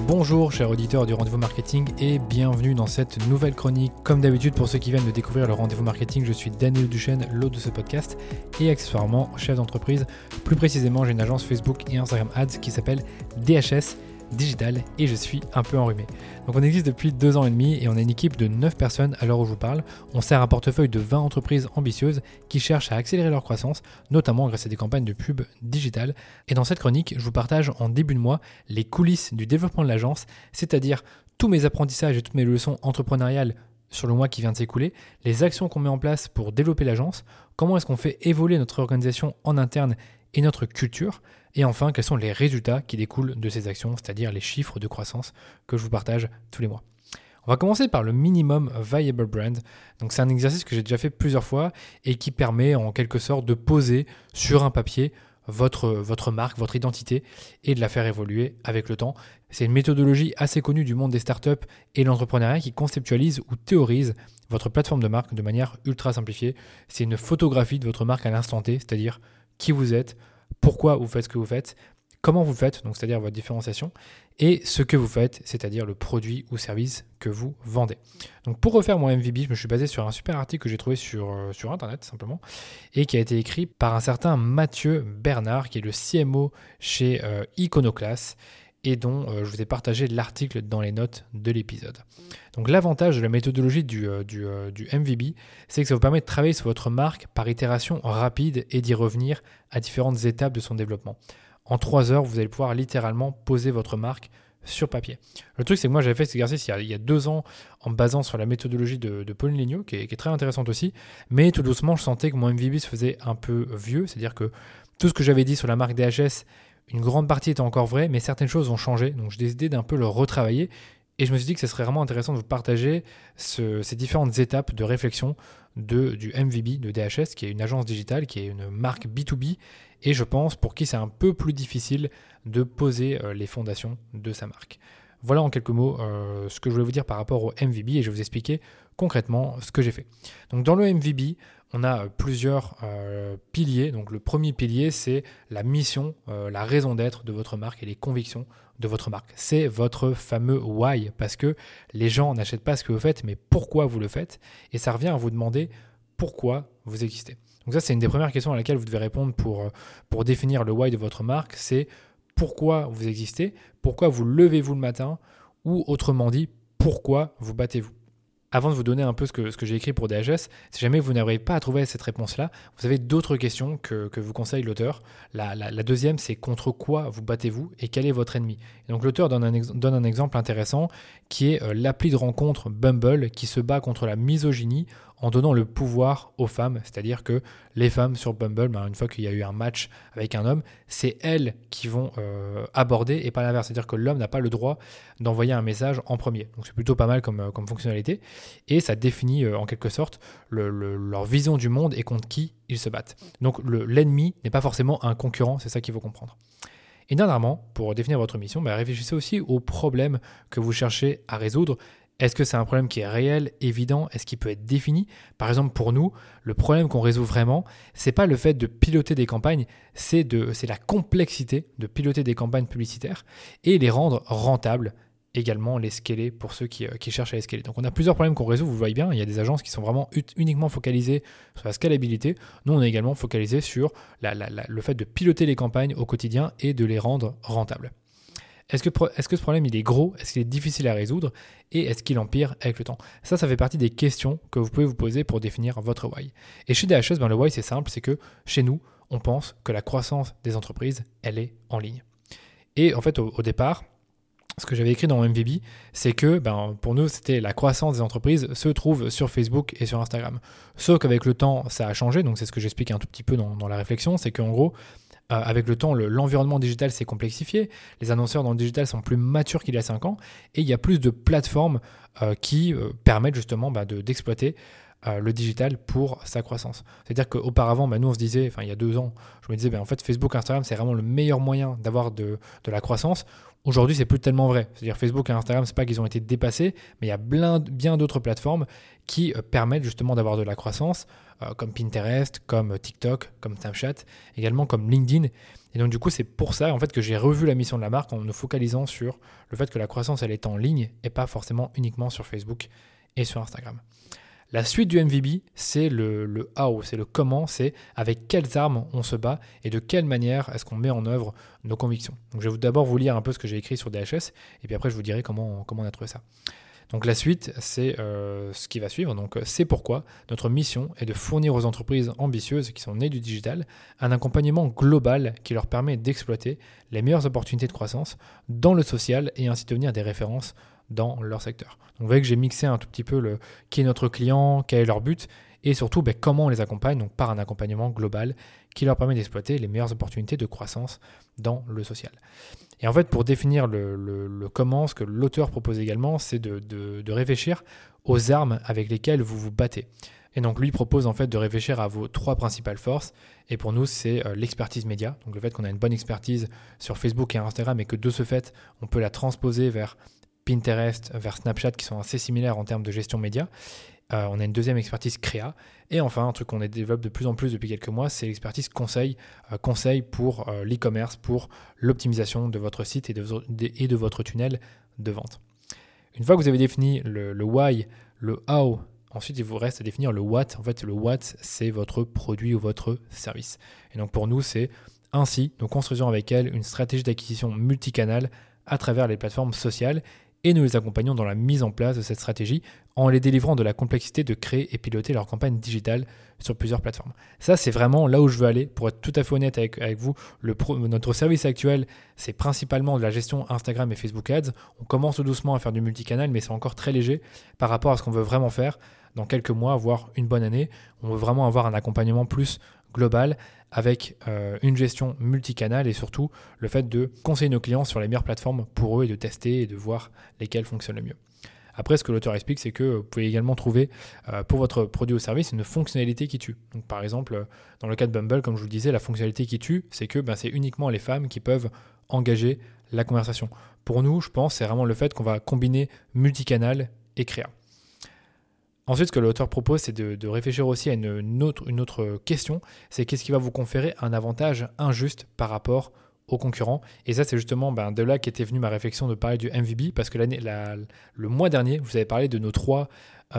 Bonjour chers auditeurs du Rendez-vous Marketing et bienvenue dans cette nouvelle chronique. Comme d'habitude pour ceux qui viennent de découvrir le Rendez-vous Marketing, je suis Daniel Duchesne, l'hôte de ce podcast et accessoirement chef d'entreprise. Plus précisément, j'ai une agence Facebook et Instagram Ads qui s'appelle DHS Digital et je suis un peu enrhumé. Donc on existe depuis 2 ans et demi et on a une équipe de 9 personnes à l'heure où je vous parle. On sert un portefeuille de 20 entreprises ambitieuses qui cherchent à accélérer leur croissance, notamment grâce à des campagnes de pub digitales. Et dans cette chronique, je vous partage en début de mois les coulisses du développement de l'agence, c'est-à-dire tous mes apprentissages et toutes mes leçons entrepreneuriales sur le mois qui vient de s'écouler, les actions qu'on met en place pour développer l'agence, comment est-ce qu'on fait évoluer notre organisation en interne et notre culture, et enfin quels sont les résultats qui découlent de ces actions, c'est-à-dire les chiffres de croissance que je vous partage tous les mois. On va commencer par le minimum viable brand. Donc c'est un exercice que j'ai déjà fait plusieurs fois et qui permet en quelque sorte de poser sur un papier votre marque, votre identité et de la faire évoluer avec le temps. C'est une méthodologie assez connue du monde des startups et l'entrepreneuriat qui conceptualise ou théorise votre plateforme de marque de manière ultra simplifiée. C'est une photographie de votre marque à l'instant T, c'est-à-dire qui vous êtes, pourquoi vous faites ce que vous faites, comment vous faites, donc c'est-à-dire votre différenciation, et ce que vous faites, c'est-à-dire le produit ou service que vous vendez. Donc pour refaire mon MVB, je me suis basé sur un super article que j'ai trouvé sur Internet simplement, et qui a été écrit par un certain Mathieu Bernard, qui est le CMO chez Iconoclast, et dont je vous ai partagé l'article dans les notes de l'épisode. Donc l'avantage de la méthodologie du MVB, c'est que ça vous permet de travailler sur votre marque par itération rapide et d'y revenir à différentes étapes de son développement. En 3 heures, vous allez pouvoir littéralement poser votre marque sur papier. Le truc, c'est que moi, j'avais fait cet exercice il y a 2 ans en me basant sur la méthodologie de Pauline Léniaud, qui est très intéressante aussi, mais tout doucement, je sentais que mon MVB se faisait un peu vieux, c'est-à-dire que tout ce que j'avais dit sur la marque DHS, une grande partie était encore vraie, mais certaines choses ont changé, donc j'ai décidé d'un peu le retravailler, et je me suis dit que ce serait vraiment intéressant de vous partager ces différentes étapes de réflexion du MVB, de DHS, qui est une agence digitale, qui est une marque B2B, et je pense pour qui c'est un peu plus difficile de poser les fondations de sa marque. Voilà en quelques mots ce que je voulais vous dire par rapport au MVB, et je vais vous expliquer concrètement ce que j'ai fait. Donc dans le MVB, on a plusieurs piliers. Donc le premier pilier, c'est la mission, la raison d'être de votre marque et les convictions de votre marque. C'est votre fameux why, parce que les gens n'achètent pas ce que vous faites, mais pourquoi vous le faites. Et ça revient à vous demander pourquoi vous existez. Donc ça, c'est une des premières questions à laquelle vous devez répondre pour définir le why de votre marque. C'est pourquoi vous existez, pourquoi vous levez-vous le matin, ou autrement dit, pourquoi vous battez-vous. Avant de vous donner un peu ce que j'ai écrit pour DHS, si jamais vous n'arrivez pas à trouver cette réponse-là, vous avez d'autres questions que vous conseille l'auteur. La deuxième, c'est contre quoi vous battez-vous et quel est votre ennemi. Et donc l'auteur donne un exemple intéressant qui est l'appli de rencontre Bumble qui se bat contre la misogynie en donnant le pouvoir aux femmes. C'est-à-dire que les femmes sur Bumble, une fois qu'il y a eu un match avec un homme, c'est elles qui vont aborder et pas l'inverse. C'est-à-dire que l'homme n'a pas le droit d'envoyer un message en premier. Donc c'est plutôt pas mal comme fonctionnalité. Et ça définit en quelque sorte leur vision du monde et contre qui ils se battent. Donc l'ennemi n'est pas forcément un concurrent, c'est ça qu'il faut comprendre. Et dernièrement, pour définir votre mission, réfléchissez aussi aux problèmes que vous cherchez à résoudre. Est-ce que c'est un problème qui est réel, évident? Est-ce qu'il peut être défini? Par exemple, pour nous, le problème qu'on résout vraiment, c'est pas le fait de piloter des campagnes, c'est la complexité de piloter des campagnes publicitaires et les rendre rentables, également les scaler pour ceux qui cherchent à les scaler. Donc on a plusieurs problèmes qu'on résout, vous le voyez bien, il y a des agences qui sont vraiment uniquement focalisées sur la scalabilité. Nous, on est également focalisé sur le fait de piloter les campagnes au quotidien et de les rendre rentables. Est-ce que ce problème il est gros? Est-ce qu'il est difficile à résoudre? Et est-ce qu'il empire avec le temps? Ça fait partie des questions que vous pouvez vous poser pour définir votre why. Et chez DHS, le why c'est simple, c'est que chez nous, on pense que la croissance des entreprises, elle est en ligne. Et en fait, au départ, ce que j'avais écrit dans mon MVB, c'est que pour nous, c'était la croissance des entreprises se trouve sur Facebook et sur Instagram. Sauf qu'avec le temps, ça a changé. Donc c'est ce que j'explique un tout petit peu dans la réflexion, c'est qu'en gros, avec le temps, l'environnement digital s'est complexifié, les annonceurs dans le digital sont plus matures qu'il y a 5 ans, et il y a plus de plateformes qui permettent justement d'exploiter le digital pour sa croissance. C'est-à-dire qu'auparavant, nous on se disait, il y a 2 ans, je me disais, en fait Facebook, Instagram, c'est vraiment le meilleur moyen d'avoir de la croissance. Aujourd'hui, c'est plus tellement vrai. C'est-à-dire Facebook et Instagram, c'est pas qu'ils ont été dépassés, mais il y a bien d'autres plateformes qui permettent justement d'avoir de la croissance, comme Pinterest, comme TikTok, comme Snapchat, également comme LinkedIn. Et donc du coup, c'est pour ça en fait que j'ai revu la mission de la marque en nous focalisant sur le fait que la croissance, elle est en ligne et pas forcément uniquement sur Facebook et sur Instagram. La suite du MVB, c'est le how, c'est le comment, c'est avec quelles armes on se bat et de quelle manière est-ce qu'on met en œuvre nos convictions. Donc je vais d'abord vous lire un peu ce que j'ai écrit sur DHS et puis après je vous dirai comment on a trouvé ça. Donc la suite, c'est ce qui va suivre. Donc c'est pourquoi notre mission est de fournir aux entreprises ambitieuses qui sont nées du digital un accompagnement global qui leur permet d'exploiter les meilleures opportunités de croissance dans le social et ainsi devenir des références dans leur secteur. Donc vous voyez que j'ai mixé un tout petit peu qui est notre client, quel est leur but et surtout comment on les accompagne, donc par un accompagnement global qui leur permet d'exploiter les meilleures opportunités de croissance dans le social. Et en fait, pour définir le comment, ce que l'auteur propose également, c'est de réfléchir aux armes avec lesquelles vous vous battez. Et donc lui propose en fait de réfléchir à vos 3 principales forces. Et pour nous, c'est l'expertise média. Donc le fait qu'on a une bonne expertise sur Facebook et Instagram et que de ce fait, on peut la transposer vers Pinterest, vers Snapchat qui sont assez similaires en termes de gestion média. On a une deuxième expertise créa. Et enfin, un truc qu'on développe de plus en plus depuis quelques mois, c'est l'expertise conseil. Conseil pour l'e-commerce, pour l'optimisation de votre site et de votre tunnel de vente. Une fois que vous avez défini le why, le how, ensuite il vous reste à définir le what. En fait, le what, c'est votre produit ou votre service. Et donc pour nous, c'est ainsi, nous construisons avec elle une stratégie d'acquisition multicanale à travers les plateformes sociales et nous les accompagnons dans la mise en place de cette stratégie en les délivrant de la complexité de créer et piloter leur campagne digitale sur plusieurs plateformes. Ça, c'est vraiment là où je veux aller. Pour être tout à fait honnête avec vous, notre service actuel, c'est principalement de la gestion Instagram et Facebook Ads. On commence tout doucement à faire du multicanal, mais c'est encore très léger par rapport à ce qu'on veut vraiment faire dans quelques mois, voire une bonne année. On veut vraiment avoir un accompagnement plus global avec une gestion multicanal et surtout le fait de conseiller nos clients sur les meilleures plateformes pour eux et de tester et de voir lesquelles fonctionnent le mieux. Après, ce que l'auteur explique, c'est que vous pouvez également trouver pour votre produit ou service une fonctionnalité qui tue. Donc, par exemple, dans le cas de Bumble, comme je vous le disais, la fonctionnalité qui tue, c'est que c'est uniquement les femmes qui peuvent engager la conversation. Pour nous, je pense, c'est vraiment le fait qu'on va combiner multicanal et créa. Ensuite, ce que l'auteur propose, c'est de réfléchir aussi à une autre question, c'est qu'est-ce qui va vous conférer un avantage injuste par rapport aux concurrents. Et ça, c'est justement de là qu'était venue ma réflexion de parler du MVB, parce que le mois dernier, vous avez parlé de nos trois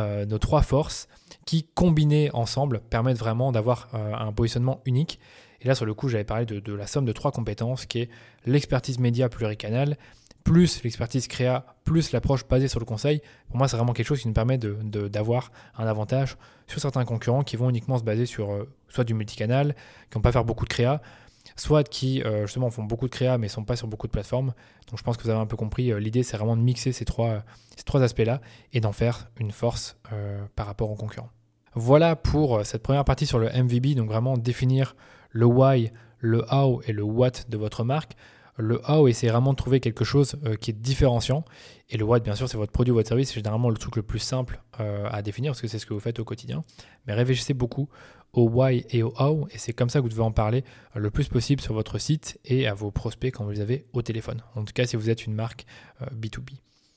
forces qui, combinées ensemble, permettent vraiment d'avoir un positionnement unique. Et là, sur le coup, j'avais parlé de la somme de 3 compétences, qui est l'expertise média pluricanal, plus l'expertise créa, plus l'approche basée sur le conseil. Pour moi, c'est vraiment quelque chose qui nous permet d'avoir un avantage sur certains concurrents qui vont uniquement se baser sur soit du multicanal, qui vont pas faire beaucoup de créa, soit qui justement font beaucoup de créa mais ne sont pas sur beaucoup de plateformes. Donc je pense que vous avez un peu compris, l'idée c'est vraiment de mixer ces trois aspects-là et d'en faire une force par rapport aux concurrents. Voilà pour cette première partie sur le MVB, donc vraiment définir le why, le how et le what de votre marque. Le how, essayez vraiment de trouver quelque chose qui est différenciant. Et le what, bien sûr, c'est votre produit ou votre service. C'est généralement le truc le plus simple à définir parce que c'est ce que vous faites au quotidien. Mais réfléchissez beaucoup au why et au how. Et c'est comme ça que vous devez en parler le plus possible sur votre site et à vos prospects quand vous les avez au téléphone. En tout cas, si vous êtes une marque B2B.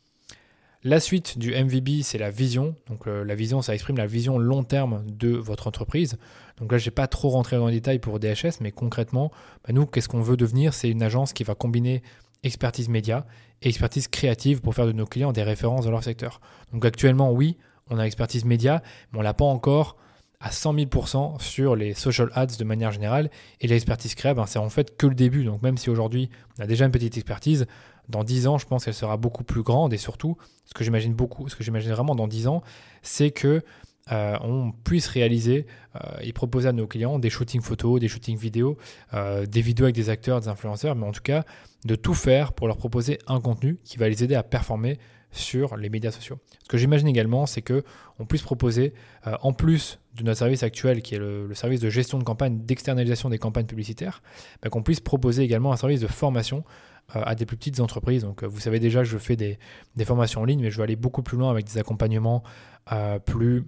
La suite du MVB, c'est la vision. Donc la vision, ça exprime la vision long terme de votre entreprise. Donc là, je n'ai pas trop rentré dans les détails pour DHS, mais concrètement, nous, qu'est-ce qu'on veut devenir ? C'est une agence qui va combiner expertise média et expertise créative pour faire de nos clients des références dans leur secteur. Donc actuellement, oui, on a expertise média, mais on ne l'a pas encore à 100 000% sur les social ads de manière générale. Et l'expertise créa, c'est en fait que le début. Donc même si aujourd'hui, on a déjà une petite expertise, dans 10 ans, je pense qu'elle sera beaucoup plus grande. Et surtout, ce que j'imagine vraiment dans 10 ans, c'est que on puisse réaliser et proposer à nos clients des shootings photos, des shootings vidéos, des vidéos avec des acteurs, des influenceurs, mais en tout cas, de tout faire pour leur proposer un contenu qui va les aider à performer sur les médias sociaux. Ce que j'imagine également, c'est qu'on puisse proposer, en plus de notre service actuel, qui est le service de gestion de campagne, d'externalisation des campagnes publicitaires, qu'on puisse proposer également un service de formation à des plus petites entreprises. Donc vous savez déjà que je fais des formations en ligne, mais je veux aller beaucoup plus loin avec des accompagnements plus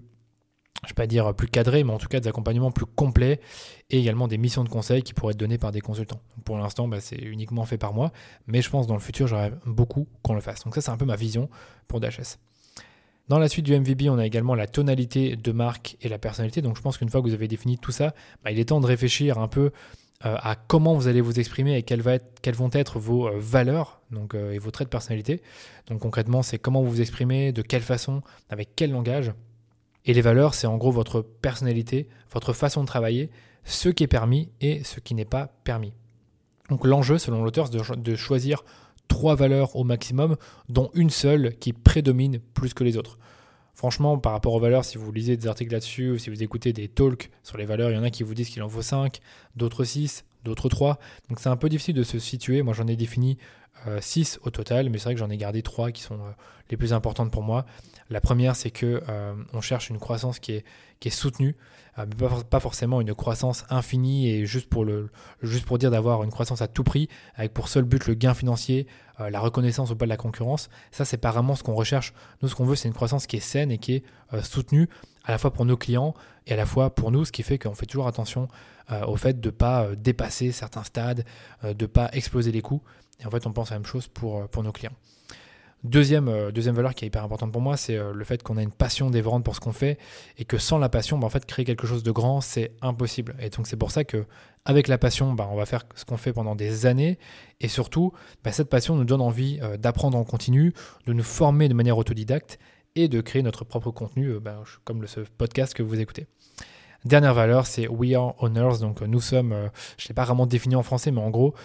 cadrés, mais en tout cas des accompagnements plus complets et également des missions de conseil qui pourraient être données par des consultants. Donc pour l'instant, c'est uniquement fait par moi, mais je pense dans le futur, j'aurais beaucoup qu'on le fasse. Donc ça, c'est un peu ma vision pour DHS. Dans la suite du MVB, on a également la tonalité de marque et la personnalité. Donc je pense qu'une fois que vous avez défini tout ça, il est temps de réfléchir un peu à comment vous allez vous exprimer et quelles vont être vos valeurs et vos traits de personnalité. Donc concrètement, c'est comment vous vous exprimez, de quelle façon, avec quel langage. Et les valeurs, c'est en gros votre personnalité, votre façon de travailler, ce qui est permis et ce qui n'est pas permis. Donc l'enjeu, selon l'auteur, c'est de choisir 3 valeurs au maximum, dont une seule qui prédomine plus que les autres. Franchement, par rapport aux valeurs, si vous lisez des articles là-dessus, ou si vous écoutez des talks sur les valeurs, il y en a qui vous disent qu'il en faut 5, d'autres 6, d'autres 3. Donc c'est un peu difficile de se situer. Moi, j'en ai défini 6 au total, mais c'est vrai que j'en ai gardé 3 qui sont les plus importantes pour moi. La première, c'est qu'on cherche une croissance qui est soutenue, mais pas forcément une croissance infinie et juste pour dire d'avoir une croissance à tout prix, avec pour seul but le gain financier, la reconnaissance ou pas de la concurrence. Ça, c'est pas vraiment ce qu'on recherche. Nous, ce qu'on veut, c'est une croissance qui est saine et qui est soutenue, à la fois pour nos clients et à la fois pour nous, ce qui fait qu'on fait toujours attention au fait de ne pas dépasser certains stades, de ne pas exploser les coûts. Et en fait, on pense à la même chose pour nos clients. Deuxième valeur qui est hyper importante pour moi, c'est le fait qu'on a une passion dévorante pour ce qu'on fait et que sans la passion, en fait, créer quelque chose de grand, c'est impossible. Et donc, c'est pour ça qu'avec la passion, on va faire ce qu'on fait pendant des années et surtout, cette passion nous donne envie d'apprendre en continu, de nous former de manière autodidacte et de créer notre propre contenu, comme ce podcast que vous écoutez. Dernière valeur, c'est We are owners. Donc, nous sommes, je ne l'ai pas vraiment défini en français, mais en gros,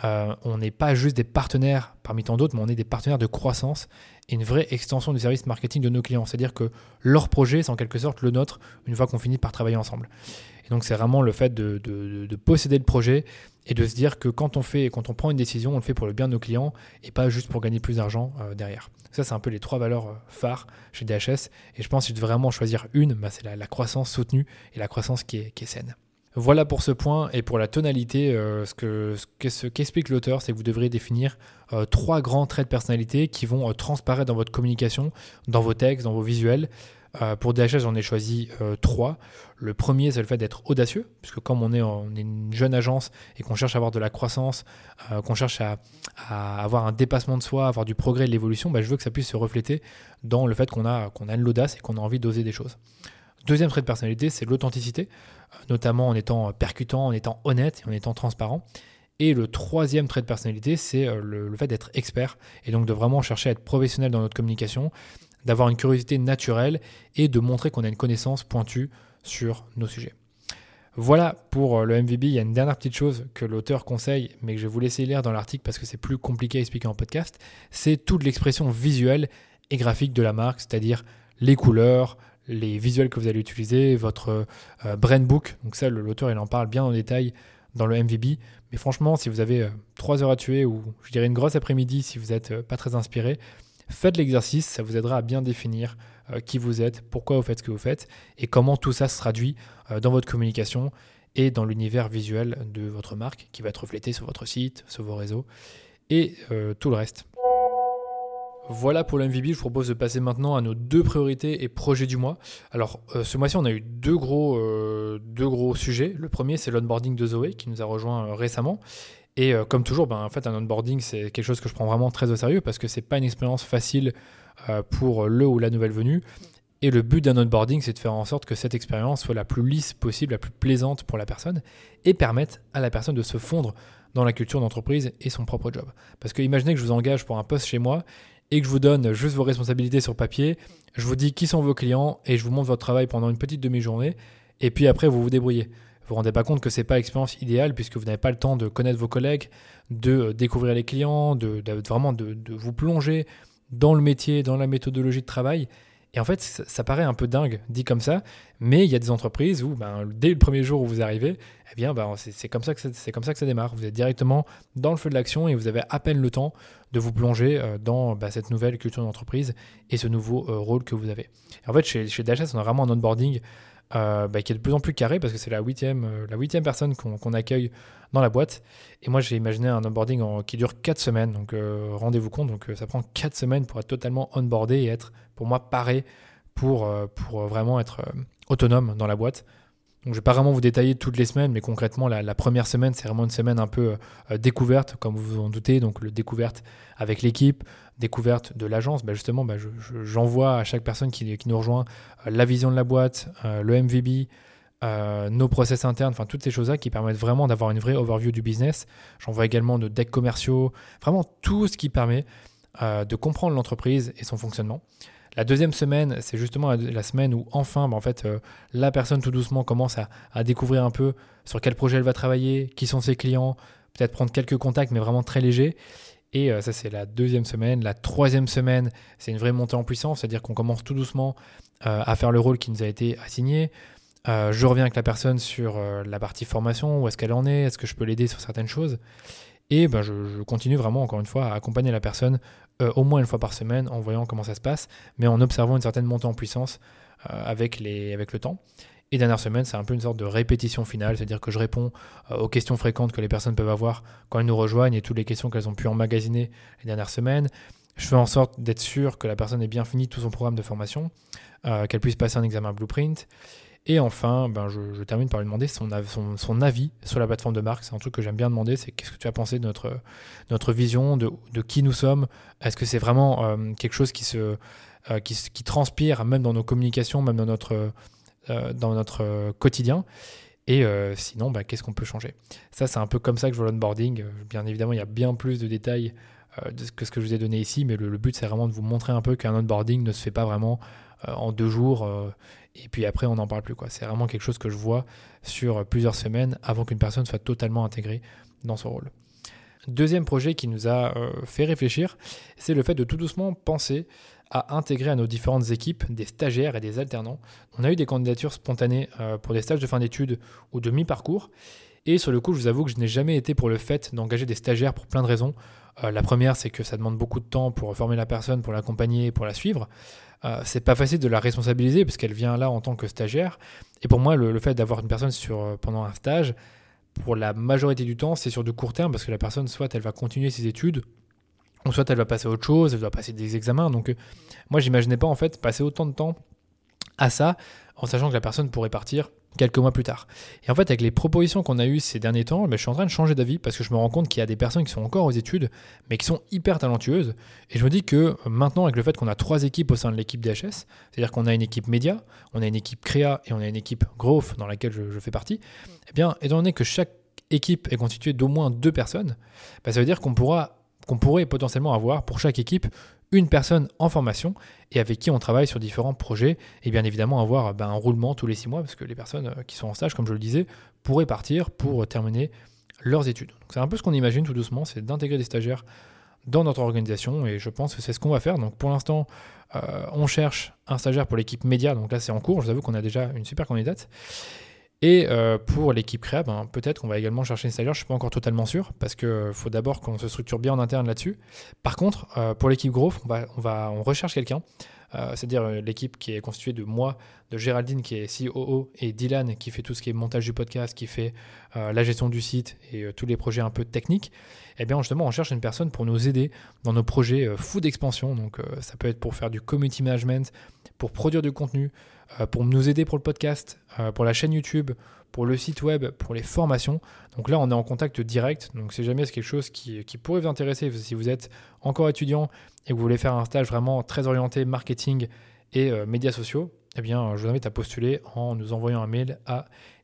on n'est pas juste des partenaires parmi tant d'autres, mais on est des partenaires de croissance et une vraie extension du service marketing de nos clients. C'est-à-dire que leur projet, c'est en quelque sorte le nôtre une fois qu'on finit par travailler ensemble. Et donc, c'est vraiment le fait de posséder le projet et de se dire que quand on prend une décision, on le fait pour le bien de nos clients et pas juste pour gagner plus d'argent derrière. Ça, c'est un peu les 3 valeurs phares chez DHS. Et je pense que si je devais vraiment choisir une, c'est la croissance soutenue et la croissance qui est saine. Voilà pour ce point. Et pour la tonalité, ce qu'explique l'auteur, c'est que vous devrez définir 3 grands traits de personnalité qui vont transparaître dans votre communication, dans vos textes, dans vos visuels. Pour DHS, j'en ai choisi 3. Le premier, c'est le fait d'être audacieux, puisque comme on est une jeune agence et qu'on cherche à avoir de la croissance, qu'on cherche à avoir un dépassement de soi, avoir du progrès et de l'évolution, je veux que ça puisse se refléter dans le fait qu'on a de l'audace et qu'on a envie d'oser des choses. Deuxième trait de personnalité, c'est l'authenticité, notamment en étant percutant, en étant honnête et en étant transparent. Et le troisième trait de personnalité, c'est le fait d'être expert et donc de vraiment chercher à être professionnel dans notre communication, d'avoir une curiosité naturelle et de montrer qu'on a une connaissance pointue sur nos sujets. Voilà pour le MVB. Il y a une dernière petite chose que l'auteur conseille, mais que je vais vous laisser lire dans l'article parce que c'est plus compliqué à expliquer en podcast. C'est toute l'expression visuelle et graphique de la marque, c'est-à-dire les couleurs, les visuels que vous allez utiliser, votre brand book. Donc ça, l'auteur, il en parle bien en détail dans le MVB. Mais franchement, si vous avez 3 heures à tuer ou je dirais une grosse après-midi si vous n'êtes pas très inspiré, faites l'exercice, ça vous aidera à bien définir qui vous êtes, pourquoi vous faites ce que vous faites et comment tout ça se traduit dans votre communication et dans l'univers visuel de votre marque qui va être reflété sur votre site, sur vos réseaux et tout le reste. Voilà pour le MVB, je vous propose de passer maintenant à nos 2 priorités et projets du mois. Alors ce mois-ci, on a eu deux gros sujets. Le premier, c'est l'onboarding de Zoé qui nous a rejoint récemment. Et comme toujours, en fait, un onboarding, c'est quelque chose que je prends vraiment très au sérieux parce que c'est pas une expérience facile pour le ou la nouvelle venue. Et le but d'un onboarding, c'est de faire en sorte que cette expérience soit la plus lisse possible, la plus plaisante pour la personne et permette à la personne de se fondre dans la culture d'entreprise et son propre job. Parce que imaginez que je vous engage pour un poste chez moi et que je vous donne juste vos responsabilités sur papier, je vous dis qui sont vos clients et je vous montre votre travail pendant une petite demi-journée et puis après vous vous débrouillez. Vous ne vous rendez pas compte que ce n'est pas l'expérience idéale puisque vous n'avez pas le temps de connaître vos collègues, de découvrir les clients, de vous plonger dans le métier, dans la méthodologie de travail. Et en fait, ça paraît un peu dingue dit comme ça, mais il y a des entreprises où dès le premier jour où vous arrivez, c'est comme ça que ça démarre. Vous êtes directement dans le feu de l'action et vous avez à peine le temps de vous plonger dans cette nouvelle culture d'entreprise et ce nouveau rôle que vous avez. Et en fait, chez DHS, on a vraiment un onboarding qui est de plus en plus carré parce que c'est la huitième personne qu'on accueille dans la boîte. Et moi, j'ai imaginé un onboarding qui dure 4 semaines. Donc, rendez-vous compte. Donc, ça prend 4 semaines pour être totalement onboardé et être, pour moi, paré pour vraiment être autonome dans la boîte. Donc, je ne vais pas vraiment vous détailler toutes les semaines, mais concrètement, la première semaine, c'est vraiment une semaine un peu découverte, comme vous vous en doutez. Donc, découverte avec l'équipe, découverte de l'agence. J'envoie à chaque personne qui nous rejoint la vision de la boîte, le MVB, nos process internes, enfin toutes ces choses-là qui permettent vraiment d'avoir une vraie overview du business. J'envoie également nos decks commerciaux, vraiment tout ce qui permet de comprendre l'entreprise et son fonctionnement. La deuxième semaine, c'est justement la semaine où enfin, la personne tout doucement commence à découvrir un peu sur quel projet elle va travailler, qui sont ses clients, peut-être prendre quelques contacts, mais vraiment très légers. Et ça, c'est la deuxième semaine. La troisième semaine, c'est une vraie montée en puissance, c'est-à-dire qu'on commence tout doucement à faire le rôle qui nous a été assigné. Je reviens avec la personne sur la partie formation, où est-ce qu'elle en est, est-ce que je peux l'aider sur certaines choses. Et je continue vraiment, encore une fois, à accompagner la personne au moins une fois par semaine en voyant comment ça se passe, mais en observant une certaine montée en puissance avec le temps. Et dernière semaine, c'est un peu une sorte de répétition finale, c'est-à-dire que je réponds aux questions fréquentes que les personnes peuvent avoir quand elles nous rejoignent et toutes les questions qu'elles ont pu emmagasiner les dernières semaines. Je fais en sorte d'être sûr que la personne ait bien fini tout son programme de formation, qu'elle puisse passer un examen Blueprint. Et enfin, je termine par lui demander son avis sur la plateforme de marque. C'est un truc que j'aime bien demander, c'est qu'est-ce que tu as pensé de notre vision, de qui nous sommes. Est-ce que c'est vraiment quelque chose qui transpire même dans nos communications, même dans notre quotidien. Et sinon, qu'est-ce qu'on peut changer? Ça, c'est un peu comme ça que je vois l'onboarding. Bien évidemment, il y a bien plus de détails que ce que je vous ai donné ici, mais le but, c'est vraiment de vous montrer un peu qu'un onboarding ne se fait pas vraiment en 2 jours, et puis après, on n'en parle plus, quoi. C'est vraiment quelque chose que je vois sur plusieurs semaines avant qu'une personne soit totalement intégrée dans son rôle. Deuxième projet qui nous a fait réfléchir, c'est le fait de tout doucement penser à intégrer à nos différentes équipes des stagiaires et des alternants. On a eu des candidatures spontanées pour des stages de fin d'études ou de mi-parcours. Et sur le coup, je vous avoue que je n'ai jamais été pour le fait d'engager des stagiaires pour plein de raisons. La première, c'est que ça demande beaucoup de temps pour former la personne, pour l'accompagner, pour la suivre. C'est pas facile de la responsabiliser parce qu'elle vient là en tant que stagiaire. Et pour moi, le fait d'avoir une personne pendant un stage, pour la majorité du temps, c'est sur du court terme parce que la personne, soit elle va continuer ses études, ou soit elle va passer à autre chose, elle va passer des examens. Donc moi, j'imaginais pas en fait passer autant de temps à ça, en sachant que la personne pourrait partir quelques mois plus tard. Et en fait, avec les propositions qu'on a eues ces derniers temps, je suis en train de changer d'avis parce que je me rends compte qu'il y a des personnes qui sont encore aux études, mais qui sont hyper talentueuses. Et je me dis que maintenant, avec le fait qu'on a 3 équipes au sein de l'équipe DHS, c'est-à-dire qu'on a une équipe média, on a une équipe créa et on a une équipe growth dans laquelle je fais partie, eh bien, étant donné que chaque équipe est constituée d'au moins 2 personnes, ça veut dire qu'on pourrait potentiellement avoir pour chaque équipe une personne en formation et avec qui on travaille sur différents projets et bien évidemment avoir un roulement tous les 6 mois parce que les personnes qui sont en stage, comme je le disais, pourraient partir pour terminer leurs études. Donc c'est un peu ce qu'on imagine tout doucement, c'est d'intégrer des stagiaires dans notre organisation et je pense que c'est ce qu'on va faire. Donc pour l'instant, on cherche un stagiaire pour l'équipe média, donc là c'est en cours, je vous avoue qu'on a déjà une super candidate. Et pour l'équipe créa, peut-être qu'on va également chercher une stagiaire, je ne suis pas encore totalement sûr, parce qu'il faut d'abord qu'on se structure bien en interne là-dessus. Par contre, pour l'équipe growth, on recherche quelqu'un, c'est-à-dire l'équipe qui est constituée de moi, de Géraldine qui est COO, et Dylan qui fait tout ce qui est montage du podcast, qui fait la gestion du site et tous les projets un peu techniques. Et bien justement, on cherche une personne pour nous aider dans nos projets fous d'expansion. Donc ça peut être pour faire du community management, pour produire du contenu, pour nous aider pour le podcast, pour la chaîne YouTube, pour le site web, pour les formations. Donc là, on est en contact direct. Donc si jamais c'est quelque chose qui pourrait vous intéresser, si vous êtes encore étudiant et que vous voulez faire un stage vraiment très orienté marketing et médias sociaux, eh bien, je vous invite à postuler en nous envoyant un mail à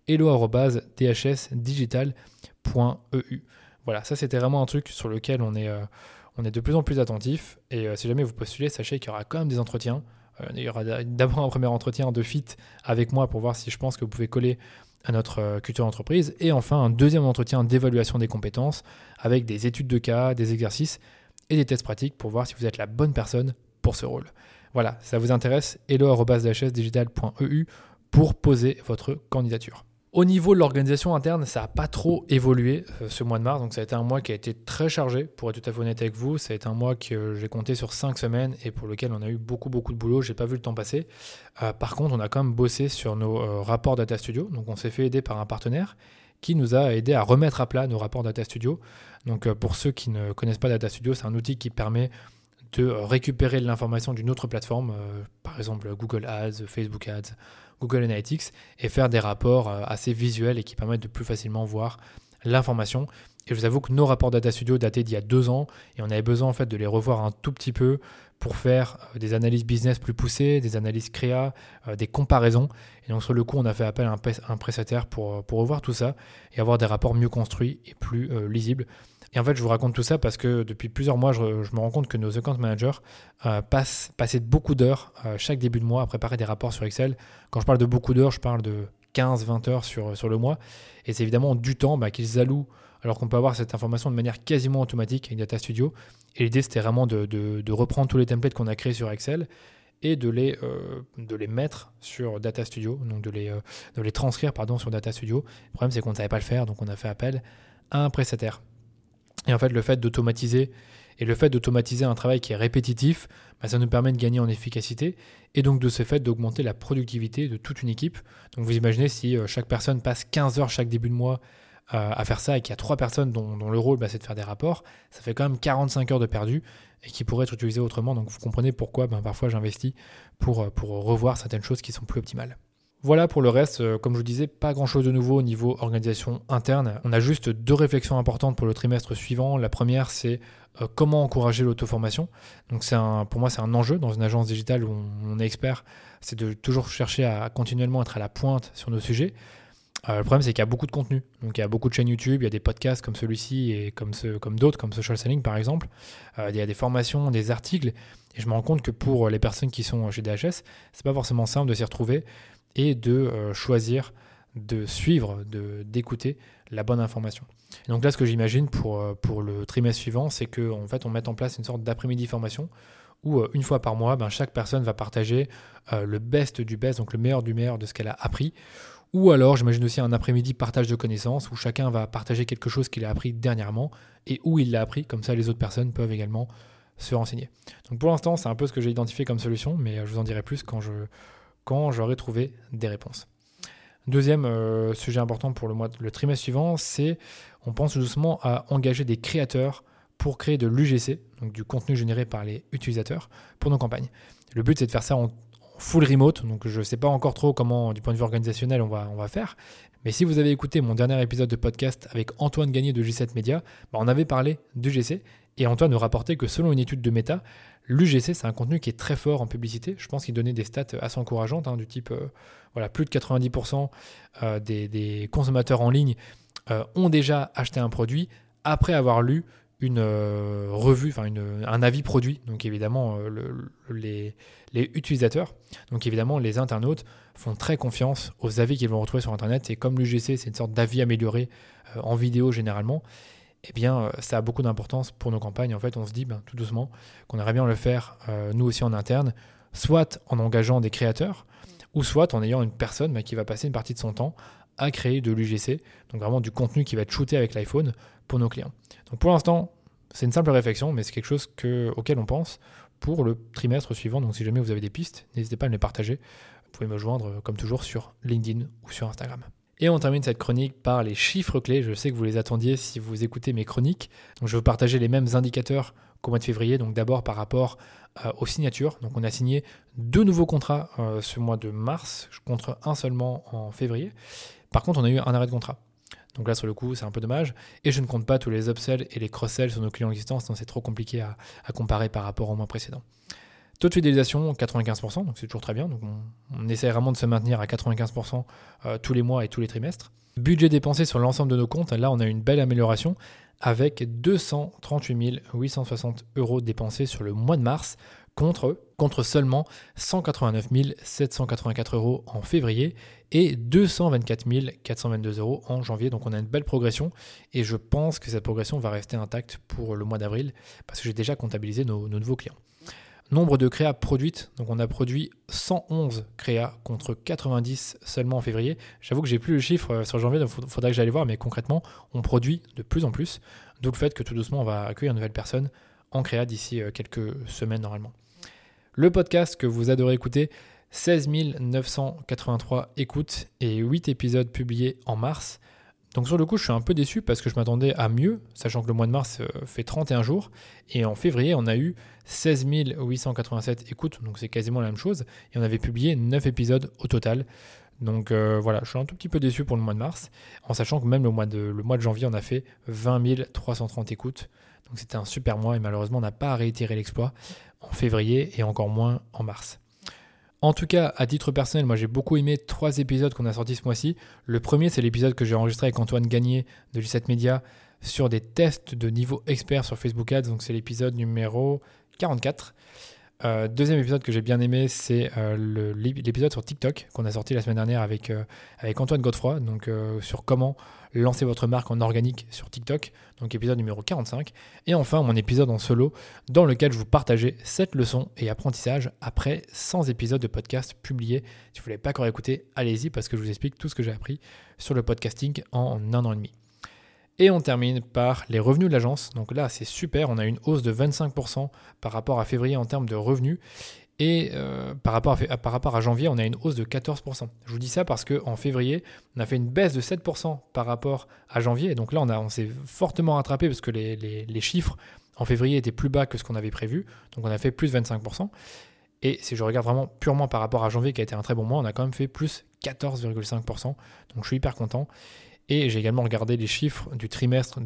hello@dhsdigital.eu. Voilà, ça c'était vraiment un truc sur lequel on est de plus en plus attentif. Et si jamais vous postulez, sachez qu'il y aura quand même des entretiens. Il y aura d'abord un premier entretien de fit avec moi pour voir si je pense que vous pouvez coller à notre culture d'entreprise. Et enfin, un deuxième entretien d'évaluation des compétences avec des études de cas, des exercices et des tests pratiques pour voir si vous êtes la bonne personne pour ce rôle. Voilà, si ça vous intéresse, hello@dhsdigital.eu pour poser votre candidature. Au niveau de l'organisation interne, ça n'a pas trop évolué ce mois de mars. Donc ça a été un mois qui a été très chargé, pour être tout à fait honnête avec vous. Ça a été un mois que j'ai compté sur 5 semaines et pour lequel on a eu beaucoup de boulot. Je n'ai pas vu le temps passer. Par contre, on a quand même bossé sur nos rapports Data Studio. Donc on s'est fait aider par un partenaire qui nous a aidé à remettre à plat nos rapports Data Studio. Donc pour ceux qui ne connaissent pas Data Studio, c'est un outil qui permet de récupérer de l'information d'une autre plateforme, par exemple Google Ads, Facebook Ads, Google Analytics, et faire des rapports assez visuels et qui permettent de plus facilement voir l'information. Et je vous avoue que nos rapports Data Studio dataient d'il y a 2 ans et on avait besoin en fait de les revoir un tout petit peu pour faire des analyses business plus poussées, des analyses créa, des comparaisons. Et donc sur le coup, on a fait appel à un prestataire pour revoir tout ça et avoir des rapports mieux construits et plus lisibles. Et en fait, je vous raconte tout ça parce que depuis plusieurs mois, je me rends compte que nos account managers passaient beaucoup d'heures chaque début de mois à préparer des rapports sur Excel. Quand je parle de beaucoup d'heures, je parle de 15-20 heures sur le mois. Et c'est évidemment du temps qu'ils allouent alors qu'on peut avoir cette information de manière quasiment automatique avec Data Studio. Et l'idée, c'était vraiment de reprendre tous les templates qu'on a créés sur Excel et de les mettre sur Data Studio, donc de les transcrire sur Data Studio. Le problème, c'est qu'on ne savait pas le faire, donc on a fait appel à un prestataire. Et en fait, le fait d'automatiser un travail qui est répétitif, ça nous permet de gagner en efficacité et donc de ce fait d'augmenter la productivité de toute une équipe. Donc vous imaginez si chaque personne passe 15 heures chaque début de mois à faire ça et qu'il y a 3 personnes dont le rôle c'est de faire des rapports, ça fait quand même 45 heures de perdu et qui pourraient être utilisées autrement. Donc vous comprenez pourquoi parfois j'investis pour revoir certaines choses qui sont plus optimales. Voilà pour le reste, comme je vous disais, pas grand chose de nouveau au niveau organisation interne. On a juste 2 réflexions importantes pour le trimestre suivant. La première, c'est comment encourager l'auto-formation. Donc pour moi, c'est un enjeu dans une agence digitale où on est expert, c'est de toujours chercher à continuellement être à la pointe sur nos sujets. Le problème, c'est qu'il y a beaucoup de contenu. Donc, il y a beaucoup de chaînes YouTube, il y a des podcasts comme celui-ci et comme d'autres, comme Social Selling par exemple. Il y a des formations, des articles. Et je me rends compte que pour les personnes qui sont chez DHS, c'est pas forcément simple de s'y retrouver et de choisir, de suivre, d'écouter la bonne information. Et donc là, ce que j'imagine pour le trimestre suivant, c'est qu'en fait, on mette en place une sorte d'après-midi formation où une fois par mois, chaque personne va partager le best du best, donc le meilleur du meilleur de ce qu'elle a appris. Ou alors, j'imagine aussi un après-midi partage de connaissances où chacun va partager quelque chose qu'il a appris dernièrement et où il l'a appris. Comme ça, les autres personnes peuvent également se renseigner. Donc pour l'instant, c'est un peu ce que j'ai identifié comme solution, mais je vous en dirai plus quand j'aurai trouvé des réponses. Deuxième sujet important pour le trimestre suivant, c'est on pense doucement à engager des créateurs pour créer de l'UGC, donc du contenu généré par les utilisateurs, pour nos campagnes. Le but, c'est de faire ça en full remote, donc je ne sais pas encore trop comment, du point de vue organisationnel, on va faire. Mais si vous avez écouté mon dernier épisode de podcast avec Antoine Gagné de J7 Media, on avait parlé d'UGC et Antoine nous rapportait que selon une étude de Meta, l'UGC, c'est un contenu qui est très fort en publicité. Je pense qu'il donnait des stats assez encourageantes, du type plus de 90% des consommateurs en ligne ont déjà acheté un produit après avoir lu une revue, un avis produit. Donc évidemment, les utilisateurs, donc évidemment les internautes font très confiance aux avis qu'ils vont retrouver sur Internet. Et comme l'UGC, c'est une sorte d'avis amélioré en vidéo généralement, eh bien, ça a beaucoup d'importance pour nos campagnes. En fait, on se dit tout doucement qu'on aimerait bien le faire nous aussi en interne, soit en engageant des créateurs, ou soit en ayant une personne qui va passer une partie de son temps à créer de l'UGC, donc vraiment du contenu qui va être shooté avec l'iPhone pour nos clients. Donc pour l'instant, c'est une simple réflexion, mais c'est quelque chose auquel on pense pour le trimestre suivant. Donc si jamais vous avez des pistes, n'hésitez pas à me les partager. Vous pouvez me joindre comme toujours sur LinkedIn ou sur Instagram. Et on termine cette chronique par les chiffres clés. Je sais que vous les attendiez si vous écoutez mes chroniques. Donc je vais vous partager les mêmes indicateurs qu'au mois de février. Donc d'abord par rapport aux signatures. Donc on a signé 2 nouveaux contrats ce mois de mars, contre un seulement en février. Par contre, on a eu un arrêt de contrat. Donc là, sur le coup, c'est un peu dommage. Et je ne compte pas tous les upsells et les cross-sells sur nos clients existants, sinon c'est trop compliqué à comparer par rapport au mois précédent. Taux de fidélisation, 95%, donc c'est toujours très bien. Donc on essaie vraiment de se maintenir à 95% tous les mois et tous les trimestres. Budget dépensé sur l'ensemble de nos comptes, là on a une belle amélioration avec 238 860 € dépensés sur le mois de mars contre seulement 189 784 € en février et 224 422 € en janvier. Donc on a une belle progression et je pense que cette progression va rester intacte pour le mois d'avril parce que j'ai déjà comptabilisé nos nouveaux clients. Nombre de créas produites, donc on a produit 111 créas contre 90 seulement en février. J'avoue que j'ai plus le chiffre sur janvier, donc il faudra que j'aille voir, mais concrètement, on produit de plus en plus. D'où le fait que tout doucement, on va accueillir une nouvelle personne en créa d'ici quelques semaines normalement. Le podcast que vous adorez écouter, 16 983 écoutes et 8 épisodes publiés en mars. Donc sur le coup, je suis un peu déçu parce que je m'attendais à mieux, sachant que le mois de mars fait 31 jours. Et en février, on a eu 16 887 écoutes, donc c'est quasiment la même chose. Et on avait publié 9 épisodes au total. Donc voilà, je suis un tout petit peu déçu pour le mois de mars, en sachant que même le mois de janvier, on a fait 20 330 écoutes. Donc c'était un super mois et malheureusement, on n'a pas réitéré l'exploit en février et encore moins en mars. En tout cas, à titre personnel, moi j'ai beaucoup aimé 3 épisodes qu'on a sortis ce mois-ci. Le premier, c'est l'épisode que j'ai enregistré avec Antoine Gagné de G7 Media sur des tests de niveau expert sur Facebook Ads. Donc c'est l'épisode numéro 44. Deuxième épisode que j'ai bien aimé, c'est l'épisode sur TikTok qu'on a sorti la semaine dernière avec Antoine Godefroy, donc sur comment lancer votre marque en organique sur TikTok, donc épisode numéro 45. Et enfin, mon épisode en solo, dans lequel je vous partageais 7 leçons et apprentissages après 100 épisodes de podcast publiés. Si vous ne l'avez pas encore écouté, allez-y parce que je vous explique tout ce que j'ai appris sur le podcasting en 1 an et demi. Et on termine par les revenus de l'agence. Donc là, c'est super. On a une hausse de 25% par rapport à février en termes de revenus. Et par rapport à janvier, on a une hausse de 14%. Je vous dis ça parce qu'en février, on a fait une baisse de 7% par rapport à janvier. Et donc là, on s'est fortement rattrapé parce que les chiffres en février étaient plus bas que ce qu'on avait prévu. Donc on a fait plus 25%. Et si je regarde vraiment purement par rapport à janvier, qui a été un très bon mois, on a quand même fait plus 14,5%. Donc je suis hyper content. Et j'ai également regardé les chiffres du trimestre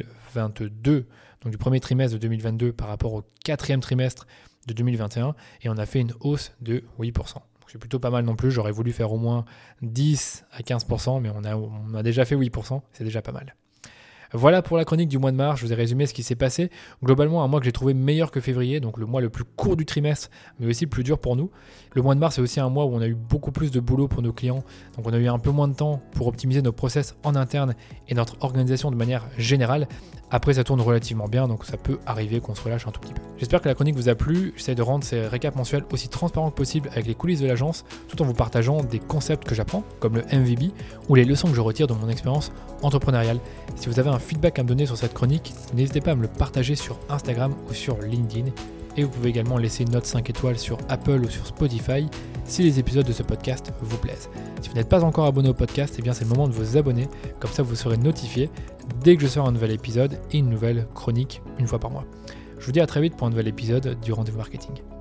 2022, donc du premier trimestre de 2022 par rapport au quatrième trimestre de 2021, et on a fait une hausse de 8%. Donc c'est plutôt pas mal non plus, j'aurais voulu faire au moins 10 à 15%, mais on a déjà fait 8%, c'est déjà pas mal. Voilà pour la chronique du mois de mars, je vous ai résumé ce qui s'est passé. Globalement, un mois que j'ai trouvé meilleur que février, donc le mois le plus court du trimestre, mais aussi le plus dur pour nous. Le mois de mars, c'est aussi un mois où on a eu beaucoup plus de boulot pour nos clients, donc on a eu un peu moins de temps pour optimiser nos process en interne et notre organisation de manière générale. Après, ça tourne relativement bien, donc ça peut arriver qu'on se relâche un tout petit peu. J'espère que la chronique vous a plu. J'essaie de rendre ces récaps mensuels aussi transparents que possible avec les coulisses de l'agence, tout en vous partageant des concepts que j'apprends, comme le MVB, ou les leçons que je retire de mon expérience entrepreneuriale. Si vous avez un feedback à me donner sur cette chronique, n'hésitez pas à me le partager sur Instagram ou sur LinkedIn. Et vous pouvez également laisser une note 5 étoiles sur Apple ou sur Spotify si les épisodes de ce podcast vous plaisent. Si vous n'êtes pas encore abonné au podcast, eh bien c'est le moment de vous abonner, comme ça vous serez notifié dès que je sors un nouvel épisode et une nouvelle chronique une fois par mois. Je vous dis à très vite pour un nouvel épisode du Rendez-vous Marketing.